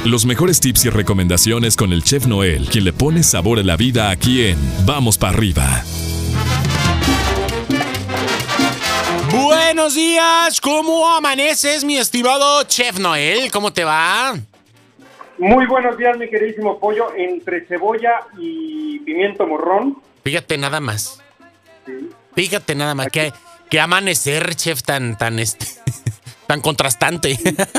Los mejores tips y recomendaciones con el Chef Noel, quien le pone sabor a la vida aquí en Vamos para Arriba. Buenos días, ¿cómo amaneces, mi estimado Chef Noel? ¿Cómo te va? Muy buenos días, mi queridísimo pollo, entre cebolla y pimiento morrón. Fíjate nada más. Sí. Fíjate nada más, que amanecer, chef, tan contrastante.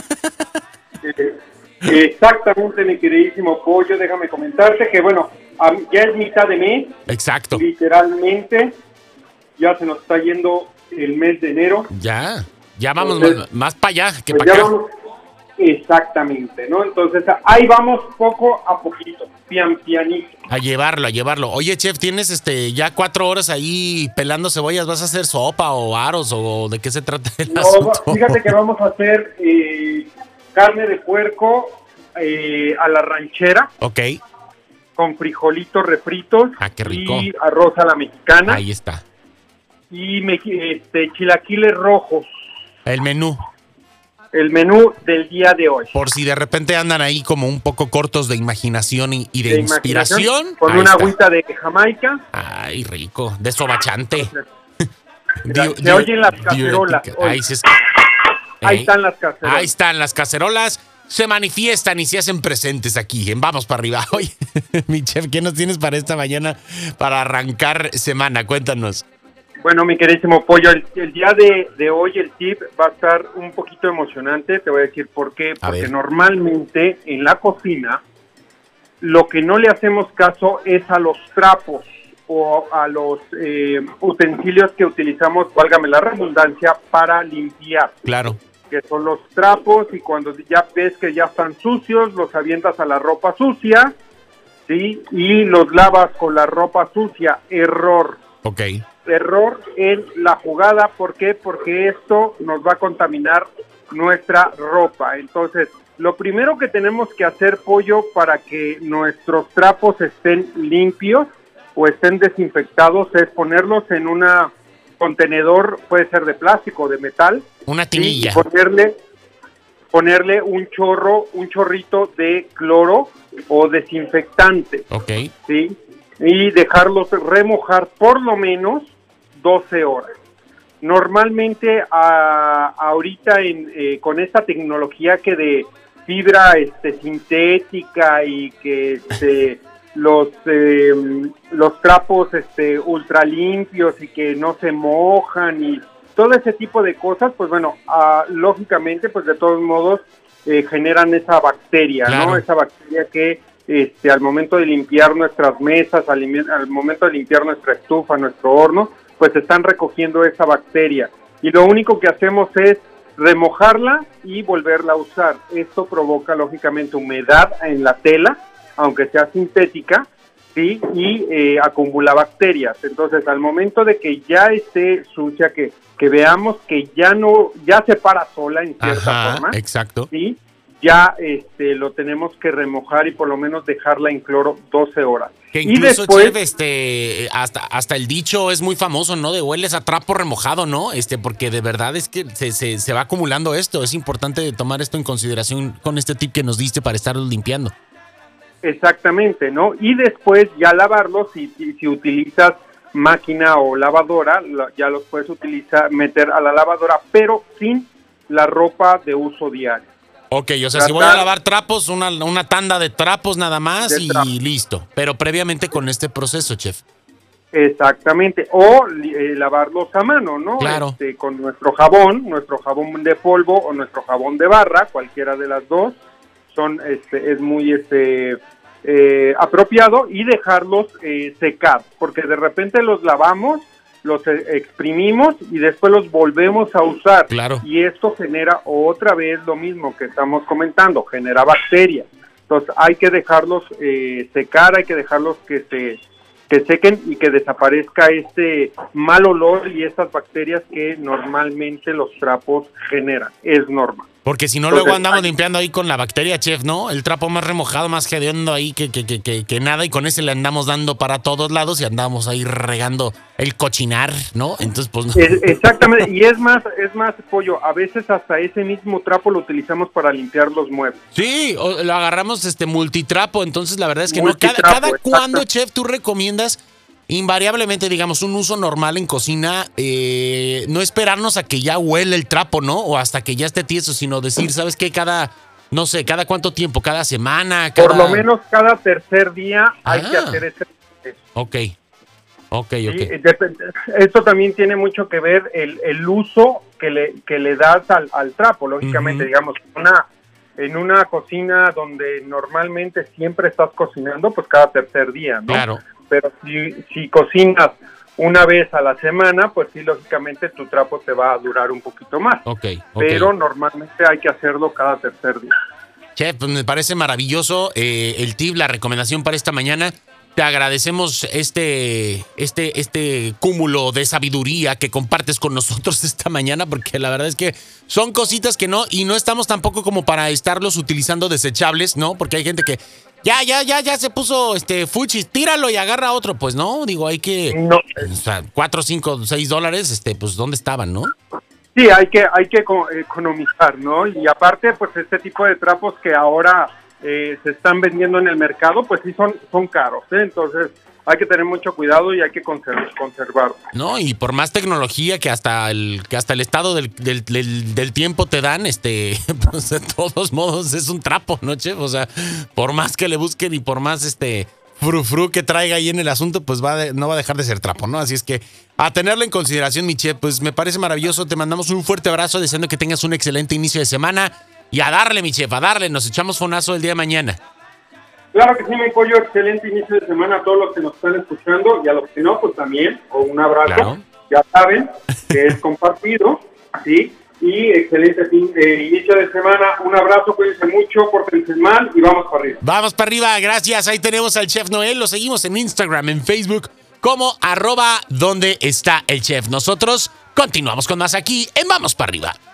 Exactamente, mi queridísimo pollo, déjame comentarte que, bueno, ya es mitad de mes. Exacto. Literalmente, ya se nos está yendo el mes de enero. Ya vamos. Entonces, más para allá que pues para acá. Vamos, exactamente, ¿no? Entonces, ahí vamos poco a poquito, pianito. A llevarlo. Oye, chef, tienes ya 4 horas ahí pelando cebollas. ¿Vas a hacer sopa o aros o de qué se trata el asunto? Fíjate que vamos a hacer carne de puerco a la ranchera. Ok. Con frijolitos refritos. Ah, qué rico. Y arroz a la mexicana. Ahí está. Y chilaquiles rojos. El menú del día de hoy. Por si de repente andan ahí como un poco cortos de imaginación y de inspiración. Con una agüita de Jamaica. Ay, rico. De sobachante. Se oyen las cacerolas. Ahí están las cacerolas. Ahí están las cacerolas. Se manifiestan y se hacen presentes aquí en Vamos para Arriba. Oye, mi chef, ¿qué nos tienes para esta mañana para arrancar semana? Cuéntanos. Bueno, mi queridísimo pollo, el día de hoy el tip va a estar un poquito emocionante. Te voy a decir por qué. Porque normalmente en la cocina lo que no le hacemos caso es a los trapos o a los utensilios que utilizamos, válgame la redundancia, para limpiar. Claro. Que son los trapos, y cuando ya ves que ya están sucios, los avientas a la ropa sucia, ¿sí? Y los lavas con la ropa sucia. Error. Ok. Error en la jugada. ¿Por qué? Porque esto nos va a contaminar nuestra ropa. Entonces, lo primero que tenemos que hacer, pollo, para que nuestros trapos estén limpios o estén desinfectados, es ponerlos en una contenedor, puede ser de plástico o de metal. Una tinilla. Y ponerle un chorrito de cloro o desinfectante. Ok. ¿Sí? Y dejarlos remojar por lo menos 12 horas. Normalmente ahorita con esta tecnología que de fibra sintética y que los trapos ultra limpios y que no se mojan y todo ese tipo de cosas, pues bueno, lógicamente, pues de todos modos generan esa bacteria, claro, ¿no? Esa bacteria que al momento de limpiar nuestras mesas, al momento de limpiar nuestra estufa, nuestro horno, pues están recogiendo esa bacteria. Y lo único que hacemos es remojarla y volverla a usar. Esto provoca, lógicamente, humedad en la tela, aunque sea sintética, ¿sí? Y acumula bacterias. Entonces, al momento de que ya esté sucia, que veamos que ya se para sola en cierta forma. Exacto. ¿Sí? Ya lo tenemos que remojar y por lo menos dejarla en cloro 12 horas. Que incluso, y después, chef, hasta el dicho es muy famoso, ¿no? De hueles a trapo remojado, ¿no? Porque de verdad es que se va acumulando esto. Es importante tomar esto en consideración con este tip que nos diste para estarlos limpiando. Exactamente, ¿no? Y después ya lavarlos, si utilizas máquina o lavadora, ya los puedes meter a la lavadora, pero sin la ropa de uso diario. Ok, o sea, si voy a lavar trapos, una tanda de trapos nada más y listo. Pero previamente con este proceso, chef. Exactamente, o lavarlos a mano, ¿no? Claro. Con nuestro jabón de polvo o nuestro jabón de barra, cualquiera de las dos, es muy apropiado, y dejarlos secar, porque de repente los lavamos, los exprimimos y después los volvemos a usar. Claro. Y esto genera otra vez lo mismo que estamos comentando, genera bacterias. Entonces hay que dejarlos secar, hay que dejarlos que sequen y que desaparezca este mal olor y estas bacterias que normalmente los trapos generan. Es normal. Porque si no, luego andamos limpiando ahí con la bacteria, chef, ¿no? El trapo más remojado, más hediondo ahí que nada, y con ese le andamos dando para todos lados y andamos ahí regando el cochinar, ¿no? Entonces, pues no. Exactamente, y es más, Pollo, a veces hasta ese mismo trapo lo utilizamos para limpiar los muebles. Sí, lo agarramos multitrapo, entonces la verdad es que no. Cada cuándo, chef, tú recomiendas invariablemente, digamos, un uso normal en cocina, no esperarnos a que ya huele el trapo, ¿no? O hasta que ya esté tieso, sino decir, ¿sabes qué? ¿cada cuánto tiempo? ¿Cada semana? Por lo menos cada tercer día hay que hacer ese proceso. Ok. Sí, esto también tiene mucho que ver el uso que le das al trapo, lógicamente, digamos, en una cocina donde normalmente siempre estás cocinando, pues cada tercer día, ¿no? Claro. Pero si cocinas una vez a la semana, pues sí, lógicamente tu trapo te va a durar un poquito más. Pero normalmente hay que hacerlo cada tercer día. Chef, pues me parece maravilloso el tip, la recomendación para esta mañana. Te agradecemos este cúmulo de sabiduría que compartes con nosotros esta mañana, porque la verdad es que son cositas que no estamos tampoco como para estarlos utilizando desechables, ¿no? Porque hay gente que ya se puso fuchis, tíralo y agarra otro. Pues no, digo, hay que... No. O sea, $4, $5, $6, pues ¿dónde estaban, no? Sí, hay que economizar, ¿no? Y aparte, pues este tipo de trapos que ahora se están vendiendo en el mercado, pues sí son caros, ¿eh? Entonces hay que tener mucho cuidado y hay que conservarlo. No, y por más tecnología que hasta el estado del tiempo te dan, pues de todos modos es un trapo, ¿no, chef? O sea, por más que le busquen y por más frufru que traiga ahí en el asunto, pues no va a dejar de ser trapo, ¿no? Así es que a tenerlo en consideración, mi chef, pues me parece maravilloso. Te mandamos un fuerte abrazo, deseando que tengas un excelente inicio de semana. Y a darle, mi chef, a darle. Nos echamos fonazo el día de mañana. Claro que sí, mi pollo. Excelente inicio de semana a todos los que nos están escuchando y a los que no, pues también, con un abrazo. Claro. Ya saben que es compartido, ¿sí? Y excelente inicio de semana. Un abrazo, cuídense mucho, pórtense mal y vamos para arriba. Vamos para arriba, gracias. Ahí tenemos al Chef Noel. Lo seguimos en Instagram, en Facebook, como @donde está el chef. Nosotros continuamos con más aquí en Vamos para arriba.